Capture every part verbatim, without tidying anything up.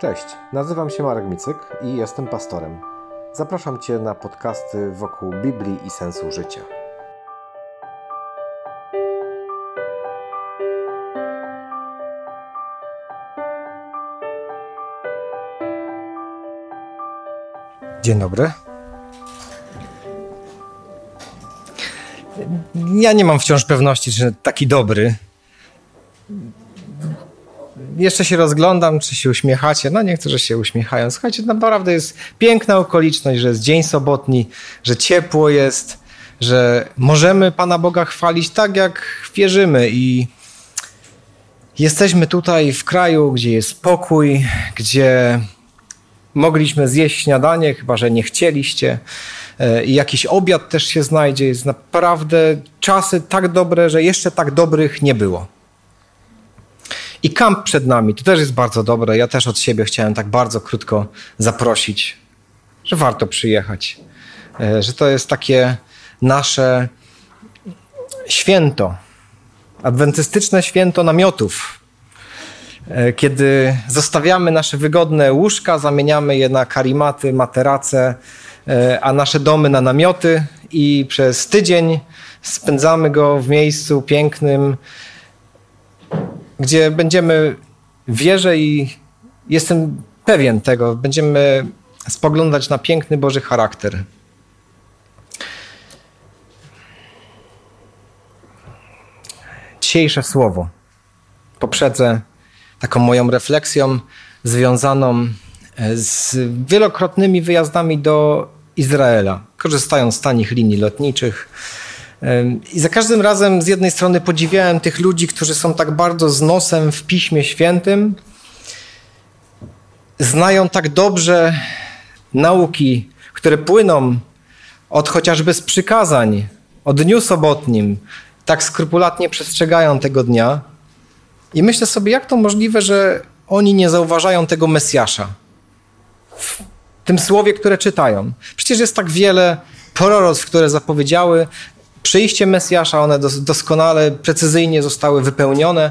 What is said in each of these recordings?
Cześć, nazywam się Marek Micyk i jestem pastorem. Zapraszam Cię na podcasty wokół Biblii i sensu życia. Dzień dobry. Ja nie mam wciąż pewności, czy taki dobry. Jeszcze się rozglądam, czy się uśmiechacie. No niektórzy się uśmiechają. Słuchajcie, naprawdę jest piękna okoliczność, że jest dzień sobotni, że ciepło jest, że możemy Pana Boga chwalić tak, jak wierzymy. I jesteśmy tutaj w kraju, gdzie jest spokój, gdzie mogliśmy zjeść śniadanie, chyba że nie chcieliście. I jakiś obiad też się znajdzie. Jest naprawdę czasy tak dobre, że jeszcze tak dobrych nie było. I kamp przed nami, to też jest bardzo dobre. Ja też od siebie chciałem tak bardzo krótko zaprosić, że warto przyjechać. Że to jest takie nasze święto, adwentystyczne święto namiotów. Kiedy zostawiamy nasze wygodne łóżka, zamieniamy je na karimaty, materace, a nasze domy na namioty i przez tydzień spędzamy go w miejscu pięknym, gdzie będziemy, wierzę i jestem pewien tego, będziemy spoglądać na piękny Boży charakter. Dzisiejsze słowo poprzedzę taką moją refleksją związaną z wielokrotnymi wyjazdami do Izraela, korzystając z tanich linii lotniczych. I za każdym razem z jednej strony podziwiałem tych ludzi, którzy są tak bardzo z nosem w Piśmie Świętym, znają tak dobrze nauki, które płyną od chociażby z przykazań o dniu sobotnim, tak skrupulatnie przestrzegają tego dnia. I myślę sobie, jak to możliwe, że oni nie zauważają tego Mesjasza w tym słowie, które czytają. Przecież jest tak wiele proroctw, które zapowiedziały przyjście Mesjasza, one doskonale, precyzyjnie zostały wypełnione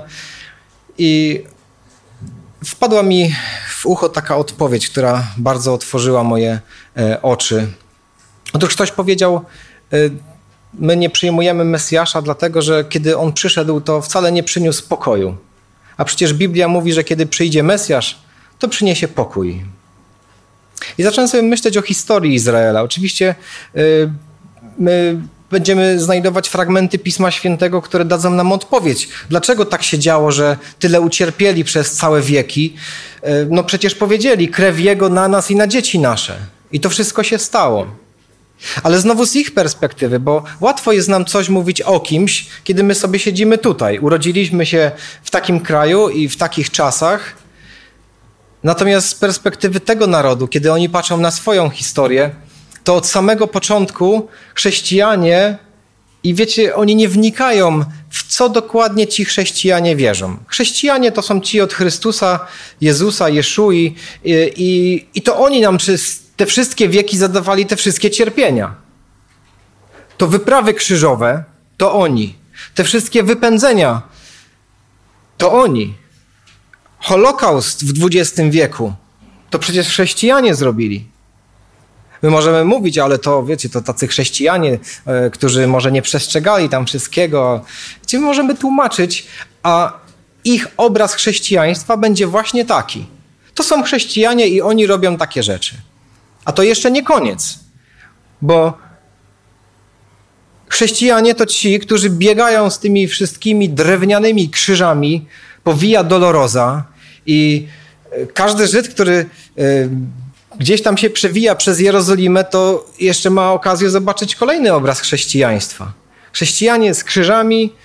i wpadła mi w ucho taka odpowiedź, która bardzo otworzyła moje oczy. Otóż ktoś powiedział, my nie przyjmujemy Mesjasza dlatego, że kiedy On przyszedł, to wcale nie przyniósł pokoju. A przecież Biblia mówi, że kiedy przyjdzie Mesjasz, to przyniesie pokój. I zacząłem sobie myśleć o historii Izraela. Oczywiście my będziemy znajdować fragmenty Pisma Świętego, które dadzą nam odpowiedź. Dlaczego tak się działo, że tyle ucierpieli przez całe wieki? No przecież powiedzieli, krew Jego na nas i na dzieci nasze. I to wszystko się stało. Ale znowu z ich perspektywy, bo łatwo jest nam coś mówić o kimś, kiedy my sobie siedzimy tutaj. Urodziliśmy się w takim kraju i w takich czasach. Natomiast z perspektywy tego narodu, kiedy oni patrzą na swoją historię, to od samego początku chrześcijanie, i wiecie, oni nie wnikają, w co dokładnie ci chrześcijanie wierzą. Chrześcijanie to są ci od Chrystusa, Jezusa, Jeszui i, i, i to oni nam przez te wszystkie wieki zadawali te wszystkie cierpienia. To wyprawy krzyżowe, to oni. Te wszystkie wypędzenia, to oni. Holokaust w dwudziestym wieku, to przecież chrześcijanie zrobili. My możemy mówić, ale to, wiecie, to tacy chrześcijanie, e, którzy może nie przestrzegali tam wszystkiego. Gdzie my możemy tłumaczyć, a ich obraz chrześcijaństwa będzie właśnie taki. To są chrześcijanie i oni robią takie rzeczy. A to jeszcze nie koniec, bo chrześcijanie to ci, którzy biegają z tymi wszystkimi drewnianymi krzyżami po Via Dolorosa i każdy Żyd, który e, gdzieś tam się przewija przez Jerozolimę, to jeszcze ma okazję zobaczyć kolejny obraz chrześcijaństwa. Chrześcijanie z krzyżami,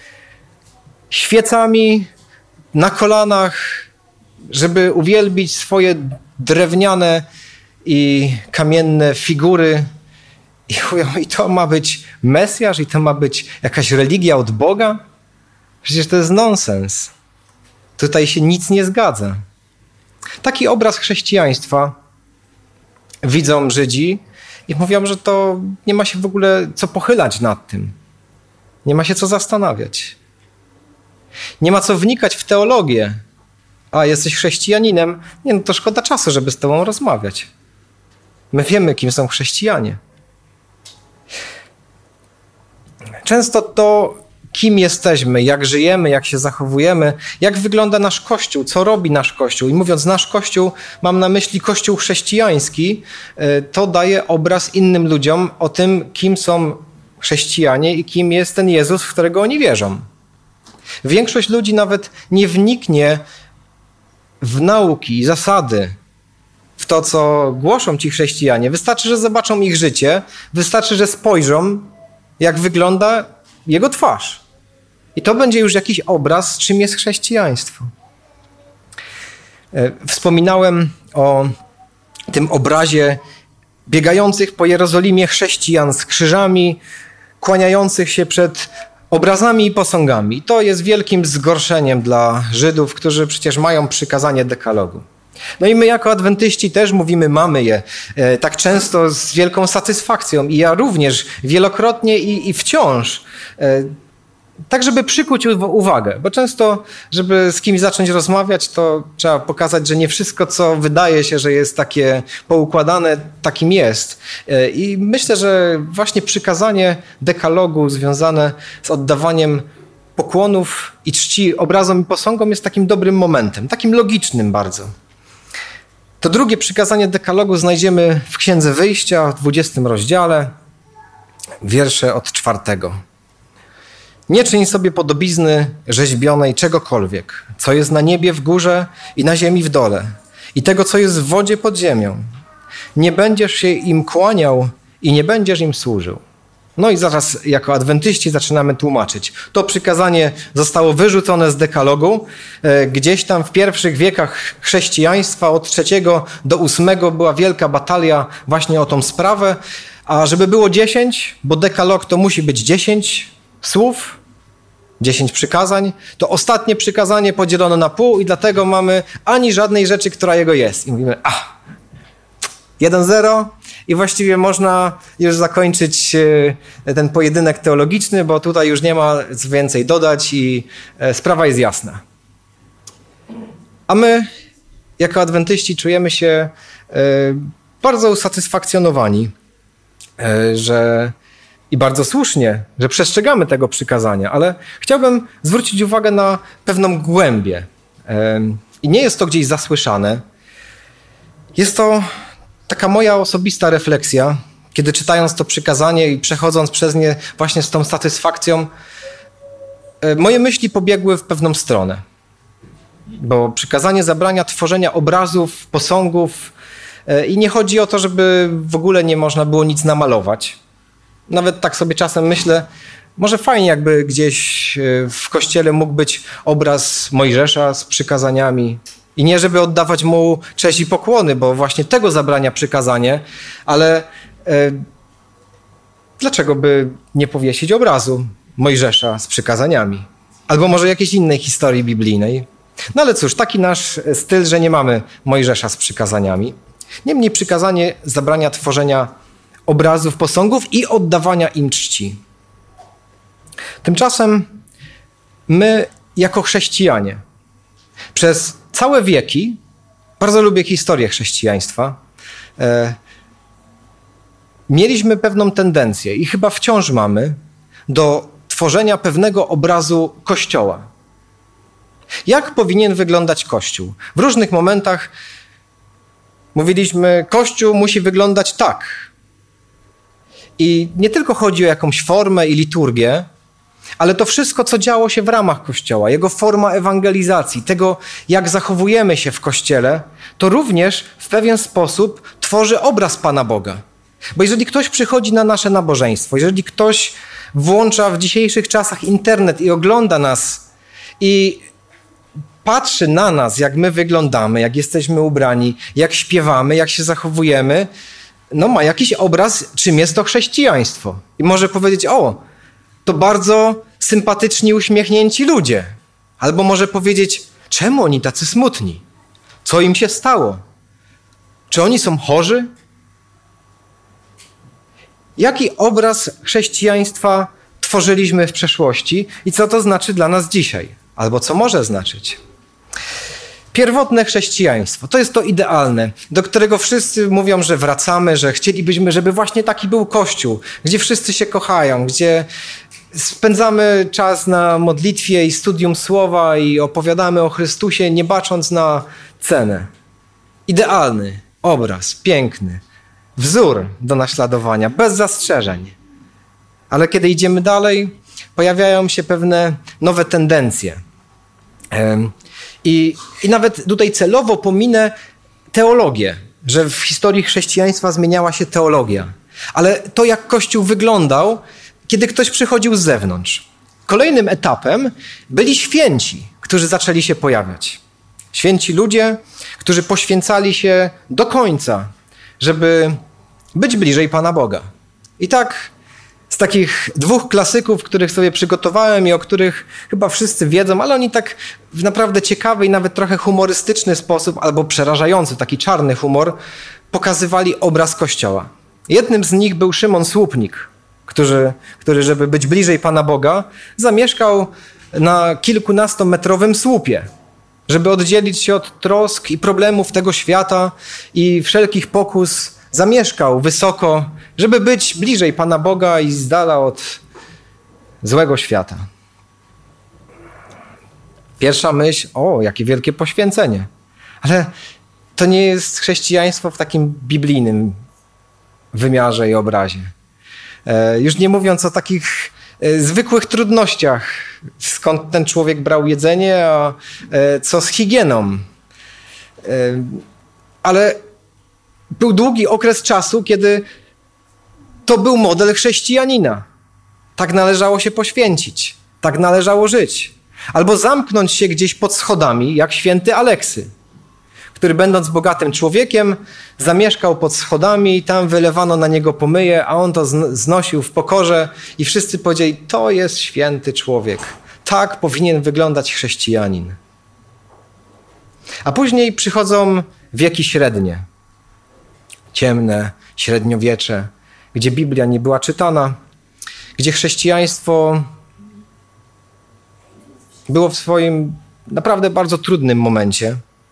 świecami, na kolanach, żeby uwielbić swoje drewniane i kamienne figury. I mówią, i to ma być Mesjasz, i to ma być jakaś religia od Boga? Przecież to jest nonsens. Tutaj się nic nie zgadza. Taki obraz chrześcijaństwa widzą Żydzi i mówią, że to nie ma się w ogóle co pochylać nad tym. Nie ma się co zastanawiać. Nie ma co wnikać w teologię. A, jesteś chrześcijaninem? Nie, no to szkoda czasu, żeby z tobą rozmawiać. My wiemy, kim są chrześcijanie. Często to, kim jesteśmy, jak żyjemy, jak się zachowujemy, jak wygląda nasz Kościół, co robi nasz Kościół. I mówiąc nasz Kościół, mam na myśli Kościół chrześcijański. To daje obraz innym ludziom o tym, kim są chrześcijanie i kim jest ten Jezus, w którego oni wierzą. Większość ludzi nawet nie wniknie w nauki, zasady, w to, co głoszą ci chrześcijanie. Wystarczy, że zobaczą ich życie, wystarczy, że spojrzą, jak wygląda jego twarz. I to będzie już jakiś obraz, czym jest chrześcijaństwo. Wspominałem o tym obrazie biegających po Jerozolimie chrześcijan z krzyżami, kłaniających się przed obrazami i posągami. To jest wielkim zgorszeniem dla Żydów, którzy przecież mają przykazanie dekalogu. No i my jako adwentyści też mówimy, mamy je e, tak często z wielką satysfakcją i ja również wielokrotnie i, i wciąż, e, tak żeby przykuć uwagę, bo często, żeby z kimś zacząć rozmawiać, to trzeba pokazać, że nie wszystko, co wydaje się, że jest takie poukładane, takim jest. E, I myślę, że właśnie przykazanie dekalogu związane z oddawaniem pokłonów i czci obrazom i posągom jest takim dobrym momentem, takim logicznym bardzo. To drugie przykazanie dekalogu znajdziemy w Księdze Wyjścia, w dwudziestym rozdziale, wiersze od czwartego. Nie czyń sobie podobizny rzeźbionej czegokolwiek, co jest na niebie w górze i na ziemi w dole, i tego, co jest w wodzie pod ziemią. Nie będziesz się im kłaniał i nie będziesz im służył. No i zaraz jako adwentyści zaczynamy tłumaczyć. To przykazanie zostało wyrzucone z dekalogu. Gdzieś tam w pierwszych wiekach chrześcijaństwa od trzeciego do ósmego była wielka batalia właśnie o tą sprawę. A żeby było dziesięć, bo dekalog to musi być dziesięć słów, dziesięć przykazań, to ostatnie przykazanie podzielono na pół i dlatego mamy ani żadnej rzeczy, która jego jest. I mówimy, a, jeden zero. I właściwie można już zakończyć ten pojedynek teologiczny, bo tutaj już nie ma co więcej dodać i sprawa jest jasna. A my, jako adwentyści, czujemy się bardzo usatysfakcjonowani, że i bardzo słusznie, że przestrzegamy tego przykazania, ale chciałbym zwrócić uwagę na pewną głębię. I nie jest to gdzieś zasłyszane. Jest to taka moja osobista refleksja, kiedy czytając to przykazanie i przechodząc przez nie właśnie z tą satysfakcją, moje myśli pobiegły w pewną stronę. Bo przykazanie zabrania tworzenia obrazów, posągów i nie chodzi o to, żeby w ogóle nie można było nic namalować. Nawet tak sobie czasem myślę, może fajnie jakby gdzieś w kościele mógł być obraz Mojżesza z przykazaniami. I nie, żeby oddawać mu cześć i pokłony, bo właśnie tego zabrania przykazanie, ale e, dlaczego by nie powiesić obrazu Mojżesza z przykazaniami? Albo może jakiejś innej historii biblijnej. No ale cóż, taki nasz styl, że nie mamy Mojżesza z przykazaniami. Niemniej przykazanie zabrania tworzenia obrazów, posągów i oddawania im czci. Tymczasem my, jako chrześcijanie, przez całe wieki, bardzo lubię historię chrześcijaństwa, e, mieliśmy pewną tendencję i chyba wciąż mamy do tworzenia pewnego obrazu Kościoła. Jak powinien wyglądać Kościół? W różnych momentach mówiliśmy, Kościół musi wyglądać tak. I nie tylko chodzi o jakąś formę i liturgię, ale to wszystko, co działo się w ramach Kościoła, jego forma ewangelizacji, tego, jak zachowujemy się w Kościele, to również w pewien sposób tworzy obraz Pana Boga. Bo jeżeli ktoś przychodzi na nasze nabożeństwo, jeżeli ktoś włącza w dzisiejszych czasach internet i ogląda nas i patrzy na nas, jak my wyglądamy, jak jesteśmy ubrani, jak śpiewamy, jak się zachowujemy, no ma jakiś obraz, czym jest to chrześcijaństwo. I może powiedzieć, o, to bardzo sympatyczni, uśmiechnięci ludzie. Albo może powiedzieć, czemu oni tacy smutni? Co im się stało? Czy oni są chorzy? Jaki obraz chrześcijaństwa tworzyliśmy w przeszłości i co to znaczy dla nas dzisiaj? Albo co może znaczyć? Pierwotne chrześcijaństwo, to jest to idealne, do którego wszyscy mówią, że wracamy, że chcielibyśmy, żeby właśnie taki był Kościół, gdzie wszyscy się kochają, gdzie spędzamy czas na modlitwie i studium słowa i opowiadamy o Chrystusie, nie bacząc na cenę. Idealny obraz, piękny, wzór do naśladowania, bez zastrzeżeń. Ale kiedy idziemy dalej, pojawiają się pewne nowe tendencje. I, i nawet tutaj celowo pominę teologię, że w historii chrześcijaństwa zmieniała się teologia. Ale to, jak Kościół wyglądał, kiedy ktoś przychodził z zewnątrz. Kolejnym etapem byli święci, którzy zaczęli się pojawiać. Święci ludzie, którzy poświęcali się do końca, żeby być bliżej Pana Boga. I tak z takich dwóch klasyków, których sobie przygotowałem i o których chyba wszyscy wiedzą, ale oni tak w naprawdę ciekawy i nawet trochę humorystyczny sposób, albo przerażający, taki czarny humor, pokazywali obraz Kościoła. Jednym z nich był Szymon Słupnik, który, który żeby być bliżej Pana Boga, zamieszkał na kilkunastometrowym słupie, żeby oddzielić się od trosk i problemów tego świata i wszelkich pokus. Zamieszkał wysoko, żeby być bliżej Pana Boga i z dala od złego świata. Pierwsza myśl, o, jakie wielkie poświęcenie. Ale to nie jest chrześcijaństwo w takim biblijnym wymiarze i obrazie. E, już nie mówiąc o takich e, zwykłych trudnościach, skąd ten człowiek brał jedzenie, a e, co z higieną. E, ale był długi okres czasu, kiedy to był model chrześcijanina. Tak należało się poświęcić, tak należało żyć. Albo zamknąć się gdzieś pod schodami, jak święty Aleksy, który będąc bogatym człowiekiem, zamieszkał pod schodami i tam wylewano na niego pomyje, a on to znosił w pokorze i wszyscy powiedzieli, to jest święty człowiek. Tak powinien wyglądać chrześcijanin. A później przychodzą wieki średnie. Ciemne, średniowiecze, gdzie Biblia nie była czytana, gdzie chrześcijaństwo było w swoim naprawdę bardzo trudnym momencie.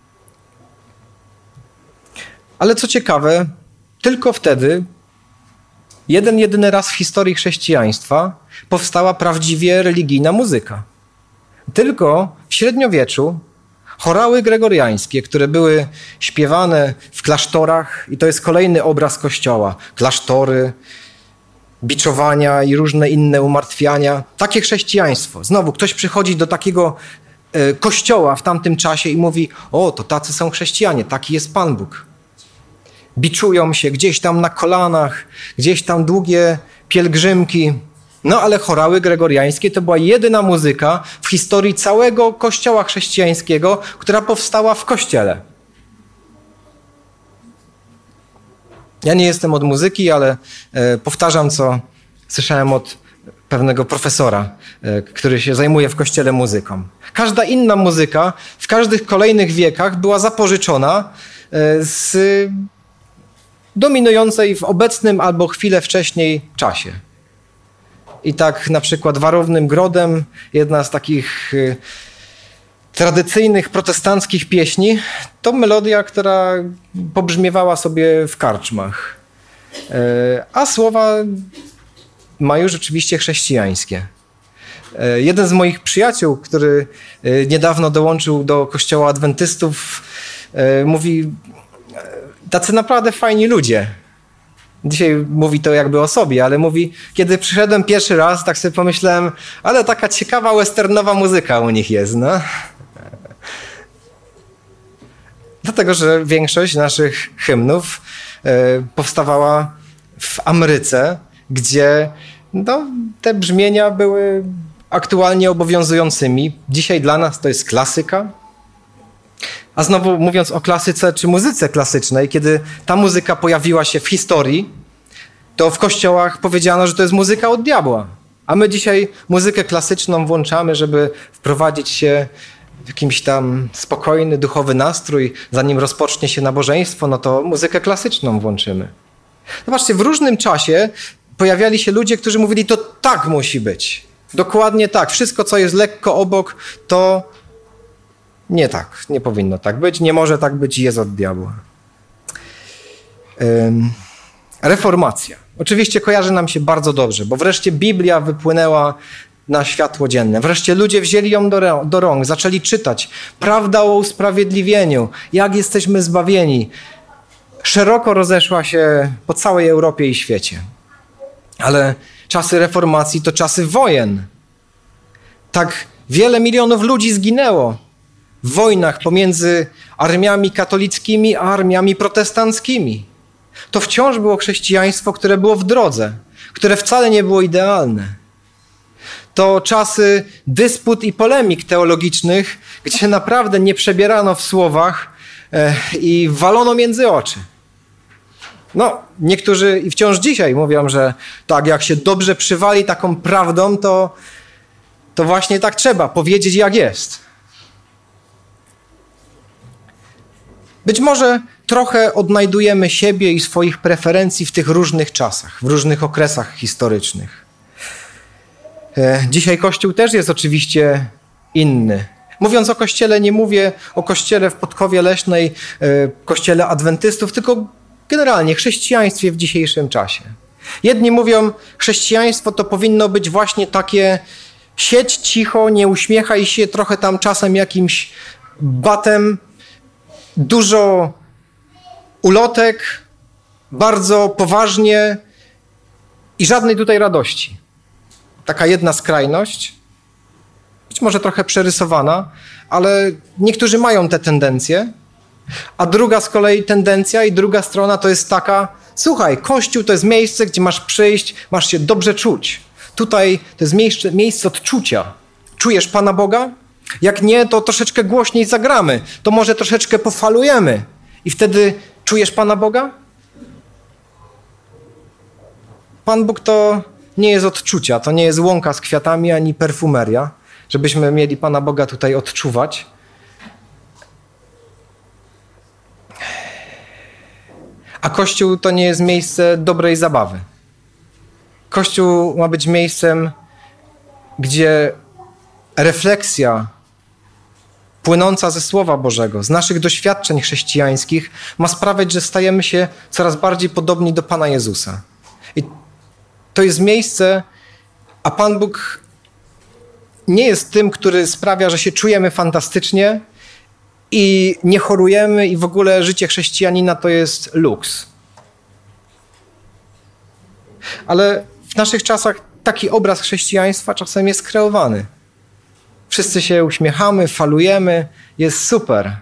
Ale co ciekawe, tylko wtedy, jeden jedyny raz w historii chrześcijaństwa powstała prawdziwie religijna muzyka. Tylko w średniowieczu chorały gregoriańskie, które były śpiewane w klasztorach, i to jest kolejny obraz Kościoła. Klasztory, biczowania i różne inne umartwiania. Takie chrześcijaństwo. Znowu ktoś przychodzi do takiego e, kościoła w tamtym czasie i mówi, o, to tacy są chrześcijanie, taki jest Pan Bóg. Biczują się gdzieś tam na kolanach, gdzieś tam długie pielgrzymki. No ale chorały gregoriańskie to była jedyna muzyka w historii całego kościoła chrześcijańskiego, która powstała w kościele. Ja nie jestem od muzyki, ale e, powtarzam, co słyszałem od pewnego profesora, e, który się zajmuje w kościele muzyką. Każda inna muzyka w każdych kolejnych wiekach była zapożyczona e, z dominującej w obecnym albo chwilę wcześniej czasie. I tak na przykład Warownym Grodem, jedna z takich y, tradycyjnych protestanckich pieśni, to melodia, która pobrzmiewała sobie w karczmach. Y, a słowa mają rzeczywiście chrześcijańskie. Y, jeden z moich przyjaciół, który y, niedawno dołączył do kościoła adwentystów, y, mówi, tacy naprawdę fajni ludzie. Dzisiaj mówi to jakby o sobie, ale mówi, kiedy przyszedłem pierwszy raz, tak sobie pomyślałem, ale taka ciekawa westernowa muzyka u nich jest, no. Dlatego, że większość naszych hymnów y, powstawała w Ameryce, gdzie no, te brzmienia były aktualnie obowiązującymi. Dzisiaj dla nas to jest klasyka. A znowu mówiąc o klasyce czy muzyce klasycznej, kiedy ta muzyka pojawiła się w historii, to w kościołach powiedziano, że to jest muzyka od diabła. A my dzisiaj muzykę klasyczną włączamy, żeby wprowadzić się w jakimś tam spokojny, duchowy nastrój. Zanim rozpocznie się nabożeństwo, no to muzykę klasyczną włączymy. Zobaczcie, w różnym czasie pojawiali się ludzie, którzy mówili, to tak musi być. Dokładnie tak. Wszystko, co jest lekko obok, to Nie tak, nie powinno tak być, nie może tak być, jest od diabła. Ym, reformacja. Oczywiście kojarzy nam się bardzo dobrze, bo wreszcie Biblia wypłynęła na światło dzienne. Wreszcie ludzie wzięli ją do, do rąk, zaczęli czytać. Prawda o usprawiedliwieniu, jak jesteśmy zbawieni. Szeroko rozeszła się po całej Europie i świecie. Ale czasy reformacji to czasy wojen. Tak wiele milionów ludzi zginęło w wojnach pomiędzy armiami katolickimi a armiami protestanckimi. To wciąż było chrześcijaństwo, które było w drodze, które wcale nie było idealne. To czasy dysput i polemik teologicznych, gdzie naprawdę nie przebierano w słowach i walono między oczy. No, niektórzy i wciąż dzisiaj mówią, że tak, jak się dobrze przywali taką prawdą, to, to właśnie tak trzeba powiedzieć, jak jest. Być może trochę odnajdujemy siebie i swoich preferencji w tych różnych czasach, w różnych okresach historycznych. Dzisiaj Kościół też jest oczywiście inny. Mówiąc o Kościele, nie mówię o Kościele w Podkowie Leśnej, Kościele Adwentystów, tylko generalnie chrześcijaństwie w dzisiejszym czasie. Jedni mówią, chrześcijaństwo to powinno być właśnie takie siedź cicho, nie uśmiechaj się, trochę tam czasem jakimś batem, dużo ulotek, bardzo poważnie i żadnej tutaj radości. Taka jedna skrajność, być może trochę przerysowana, ale niektórzy mają te tendencje, a druga z kolei tendencja i druga strona to jest taka, słuchaj, Kościół to jest miejsce, gdzie masz przyjść, masz się dobrze czuć. Tutaj to jest miejsce, miejsce odczucia. Czujesz Pana Boga? Jak nie, to troszeczkę głośniej zagramy, to może troszeczkę pofalujemy i wtedy czujesz Pana Boga? Pan Bóg to nie jest odczucia, to nie jest łąka z kwiatami ani perfumeria, żebyśmy mieli Pana Boga tutaj odczuwać. A Kościół to nie jest miejsce dobrej zabawy. Kościół ma być miejscem, gdzie refleksja płynąca ze Słowa Bożego, z naszych doświadczeń chrześcijańskich ma sprawiać, że stajemy się coraz bardziej podobni do Pana Jezusa. I to jest miejsce, a Pan Bóg nie jest tym, który sprawia, że się czujemy fantastycznie i nie chorujemy i w ogóle życie chrześcijanina to jest luks. Ale w naszych czasach taki obraz chrześcijaństwa czasem jest kreowany. Wszyscy się uśmiechamy, falujemy, jest super.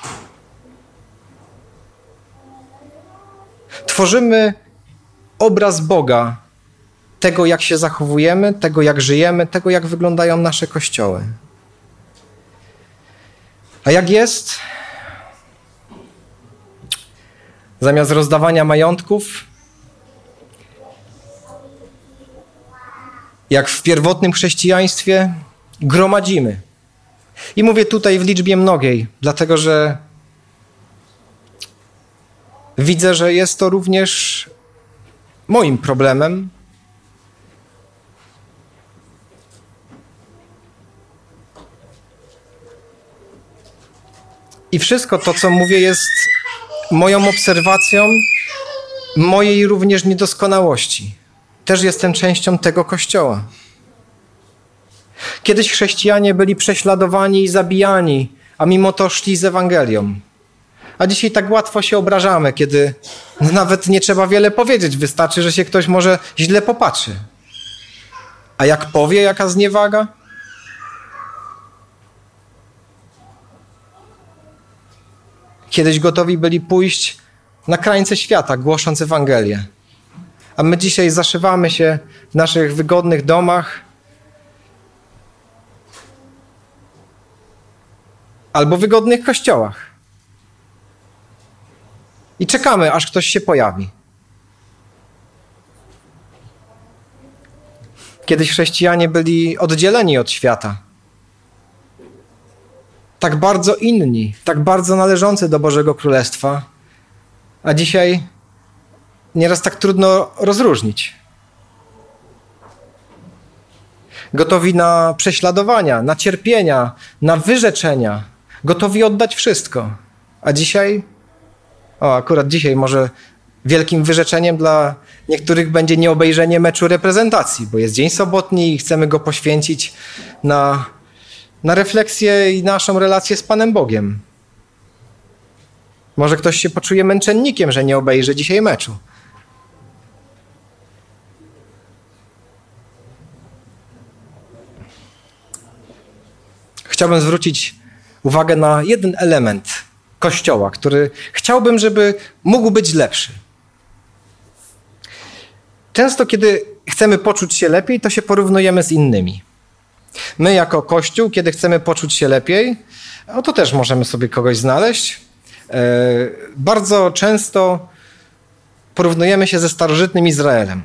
Tworzymy obraz Boga, tego jak się zachowujemy, tego jak żyjemy, tego jak wyglądają nasze kościoły. A jak jest? Zamiast rozdawania majątków, jak w pierwotnym chrześcijaństwie, gromadzimy. I mówię tutaj w liczbie mnogiej, dlatego że widzę, że jest to również moim problemem. I wszystko to, co mówię, jest moją obserwacją mojej również niedoskonałości. Też jestem częścią tego Kościoła. Kiedyś chrześcijanie byli prześladowani i zabijani, a mimo to szli z Ewangelią. A dzisiaj tak łatwo się obrażamy, kiedy nawet nie trzeba wiele powiedzieć, wystarczy, że się ktoś może źle popatrzy. A jak powie, jaka zniewaga? Kiedyś gotowi byli pójść na krańce świata, głosząc Ewangelię. A my dzisiaj zaszywamy się w naszych wygodnych domach albo wygodnych kościołach. I czekamy, aż ktoś się pojawi. Kiedyś chrześcijanie byli oddzieleni od świata. Tak bardzo inni, tak bardzo należący do Bożego Królestwa, a dzisiaj nieraz tak trudno rozróżnić. Gotowi na prześladowania, na cierpienia, na wyrzeczenia, gotowi oddać wszystko. A dzisiaj, o akurat dzisiaj może wielkim wyrzeczeniem dla niektórych będzie nieobejrzenie meczu reprezentacji, bo jest dzień sobotni i chcemy go poświęcić na, na refleksję i naszą relację z Panem Bogiem. Może ktoś się poczuje męczennikiem, że nie obejrzy dzisiaj meczu. Chciałbym zwrócić uwagę na jeden element Kościoła, który chciałbym, żeby mógł być lepszy. Często, kiedy chcemy poczuć się lepiej, to się porównujemy z innymi. My jako Kościół, kiedy chcemy poczuć się lepiej, no to też możemy sobie kogoś znaleźć. Bardzo często porównujemy się ze starożytnym Izraelem.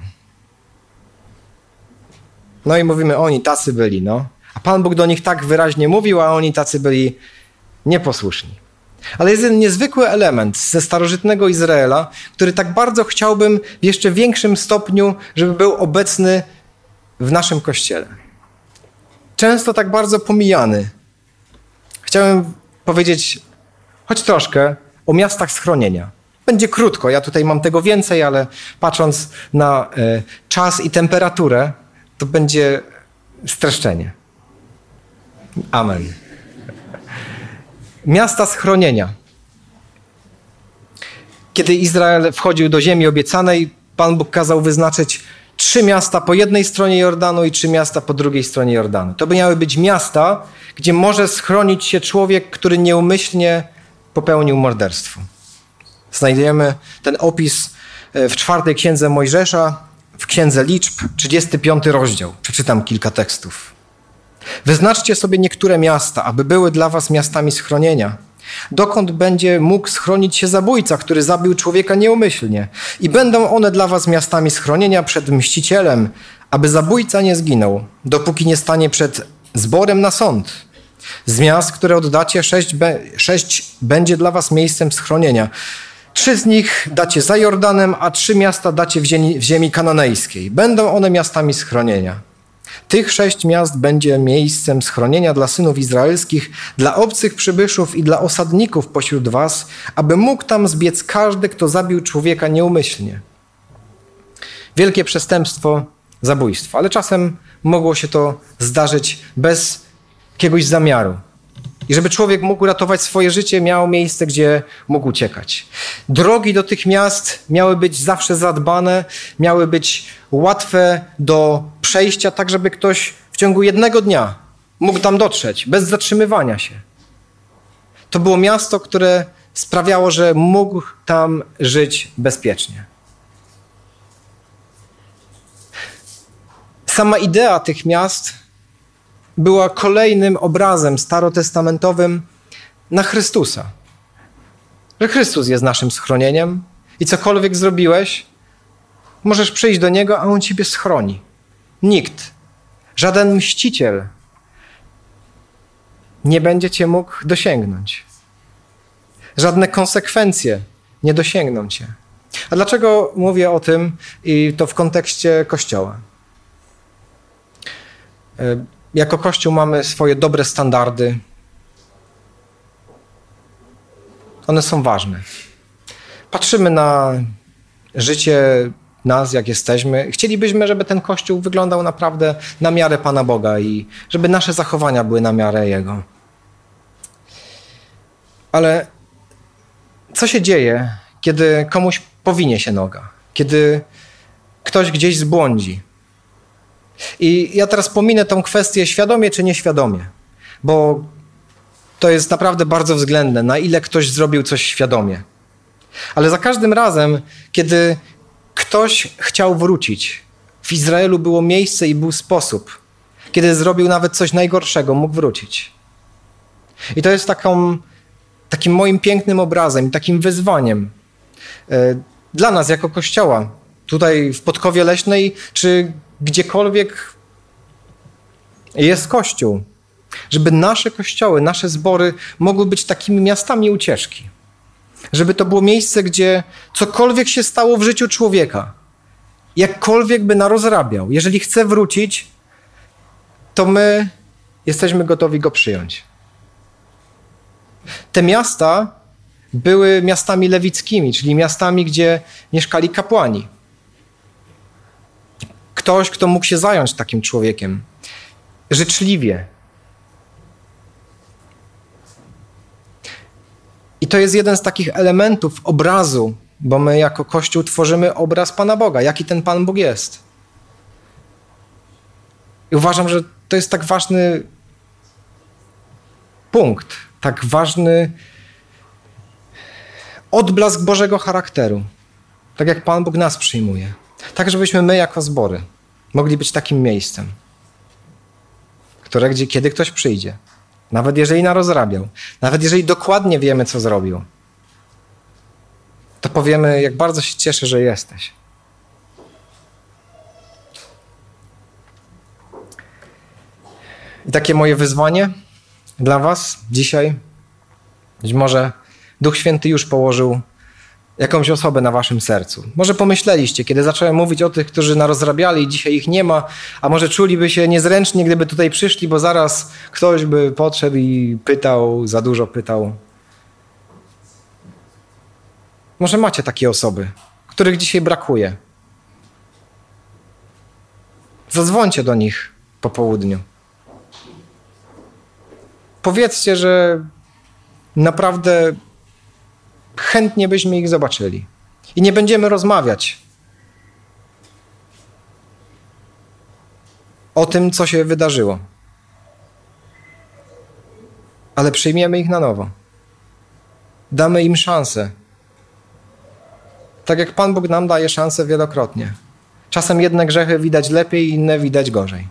No i mówimy, oni tacy byli, no. A Pan Bóg do nich tak wyraźnie mówił, a oni tacy byli nieposłuszni. Ale jest jeden niezwykły element ze starożytnego Izraela, który tak bardzo chciałbym w jeszcze większym stopniu, żeby był obecny w naszym Kościele. Często tak bardzo pomijany. Chciałem powiedzieć choć troszkę o miastach schronienia. Będzie krótko, ja tutaj mam tego więcej, ale patrząc na y, czas i temperaturę, to będzie streszczenie. Amen. Miasta schronienia. Kiedy Izrael wchodził do ziemi obiecanej, Pan Bóg kazał wyznaczyć trzy miasta po jednej stronie Jordanu i trzy miasta po drugiej stronie Jordanu. To by miały być miasta, gdzie może schronić się człowiek, który nieumyślnie popełnił morderstwo. Znajdujemy ten opis w czwartej księdze Mojżesza, w księdze Liczb, trzydziesty piąty rozdział. Przeczytam kilka tekstów. Wyznaczcie sobie niektóre miasta, aby były dla was miastami schronienia, dokąd będzie mógł schronić się zabójca, który zabił człowieka nieumyślnie. I będą one dla was miastami schronienia przed mścicielem, aby zabójca nie zginął, dopóki nie stanie przed zborem na sąd. Z miast, które oddacie, sześć, be, sześć będzie dla was miejscem schronienia. Trzy z nich dacie za Jordanem, a trzy miasta dacie w ziemi, w ziemi kananejskiej. Będą one miastami schronienia. Tych sześć miast będzie miejscem schronienia dla synów izraelskich, dla obcych przybyszów i dla osadników pośród was, aby mógł tam zbiec każdy, kto zabił człowieka nieumyślnie. Wielkie przestępstwo, zabójstwo, ale czasem mogło się to zdarzyć bez jakiegoś zamiaru. I żeby człowiek mógł ratować swoje życie, miał miejsce, gdzie mógł uciekać. Drogi do tych miast miały być zawsze zadbane, miały być łatwe do przejścia, tak żeby ktoś w ciągu jednego dnia mógł tam dotrzeć, bez zatrzymywania się. To było miasto, które sprawiało, że mógł tam żyć bezpiecznie. Sama idea tych miast była kolejnym obrazem starotestamentowym na Chrystusa. Że Chrystus jest naszym schronieniem i cokolwiek zrobiłeś, możesz przyjść do Niego, a On ciebie schroni. Nikt, żaden mściciel nie będzie cię mógł dosięgnąć. Żadne konsekwencje nie dosięgną cię. A dlaczego mówię o tym i to w kontekście Kościoła? Jako Kościół mamy swoje dobre standardy. One są ważne. Patrzymy na życie nas, jak jesteśmy. Chcielibyśmy, żeby ten Kościół wyglądał naprawdę na miarę Pana Boga i żeby nasze zachowania były na miarę Jego. Ale co się dzieje, kiedy komuś powinie się noga? Kiedy ktoś gdzieś zbłądzi? I ja teraz pominę tą kwestię świadomie czy nieświadomie, bo to jest naprawdę bardzo względne, na ile ktoś zrobił coś świadomie. Ale za każdym razem, kiedy ktoś chciał wrócić, w Izraelu było miejsce i był sposób, kiedy zrobił nawet coś najgorszego, mógł wrócić. I to jest taką, takim moim pięknym obrazem i takim wyzwaniem dla nas jako Kościoła, tutaj w Podkowie Leśnej, czy gdziekolwiek jest Kościół, żeby nasze kościoły, nasze zbory mogły być takimi miastami ucieczki. Żeby to było miejsce, gdzie cokolwiek się stało w życiu człowieka, jakkolwiek by narozrabiał, jeżeli chce wrócić, to my jesteśmy gotowi go przyjąć. Te miasta były miastami lewickimi, czyli miastami, gdzie mieszkali kapłani. Ktoś, kto mógł się zająć takim człowiekiem. Życzliwie. I to jest jeden z takich elementów obrazu, bo my jako Kościół tworzymy obraz Pana Boga. Jaki ten Pan Bóg jest. I uważam, że to jest tak ważny punkt, tak ważny odblask Bożego charakteru. Tak jak Pan Bóg nas przyjmuje. Tak, żebyśmy my jako zbory mogli być takim miejscem, które gdzie, kiedy ktoś przyjdzie, nawet jeżeli narozrabiał, nawet jeżeli dokładnie wiemy, co zrobił, to powiemy, jak bardzo się cieszę, że jesteś. I takie moje wyzwanie dla was dzisiaj, być może Duch Święty już położył jakąś osobę na waszym sercu. Może pomyśleliście, kiedy zacząłem mówić o tych, którzy narozrabiali i dzisiaj ich nie ma, a może czuliby się niezręcznie, gdyby tutaj przyszli, bo zaraz ktoś by podszedł i pytał, za dużo pytał. Może macie takie osoby, których dzisiaj brakuje. Zadzwońcie do nich po południu. Powiedzcie, że naprawdę chętnie byśmy ich zobaczyli. I nie będziemy rozmawiać o tym, co się wydarzyło. Ale przyjmiemy ich na nowo. Damy im szansę. Tak jak Pan Bóg nam daje szansę wielokrotnie. Czasem jedne grzechy widać lepiej, inne widać gorzej.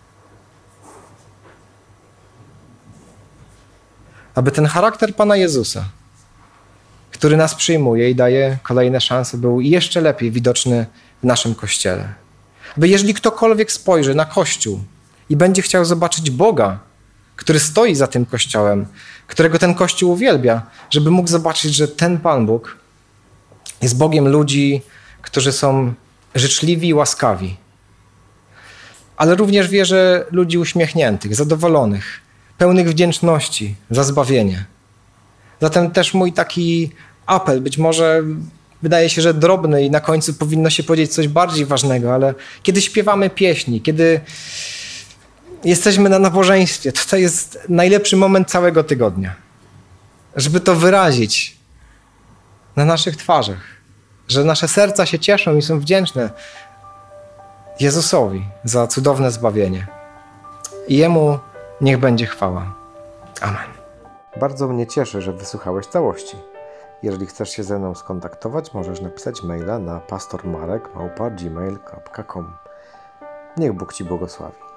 Aby ten charakter Pana Jezusa, który nas przyjmuje i daje kolejne szanse, był jeszcze lepiej widoczny w naszym Kościele. By jeżeli ktokolwiek spojrzy na Kościół i będzie chciał zobaczyć Boga, który stoi za tym Kościołem, którego ten Kościół uwielbia, żeby mógł zobaczyć, że ten Pan Bóg jest Bogiem ludzi, którzy są życzliwi i łaskawi. Ale również wierzę ludzi uśmiechniętych, zadowolonych, pełnych wdzięczności za zbawienie. Zatem też mój taki apel, być może wydaje się, że drobny i na końcu powinno się powiedzieć coś bardziej ważnego, ale kiedy śpiewamy pieśni, kiedy jesteśmy na nabożeństwie, to to jest najlepszy moment całego tygodnia. Żeby to wyrazić na naszych twarzach, że nasze serca się cieszą i są wdzięczne Jezusowi za cudowne zbawienie. I Jemu niech będzie chwała. Amen. Bardzo mnie cieszy, że wysłuchałeś całości. Jeżeli chcesz się ze mną skontaktować, możesz napisać maila na pastormarek małpa gmail kropka com. Niech Bóg Ci błogosławi.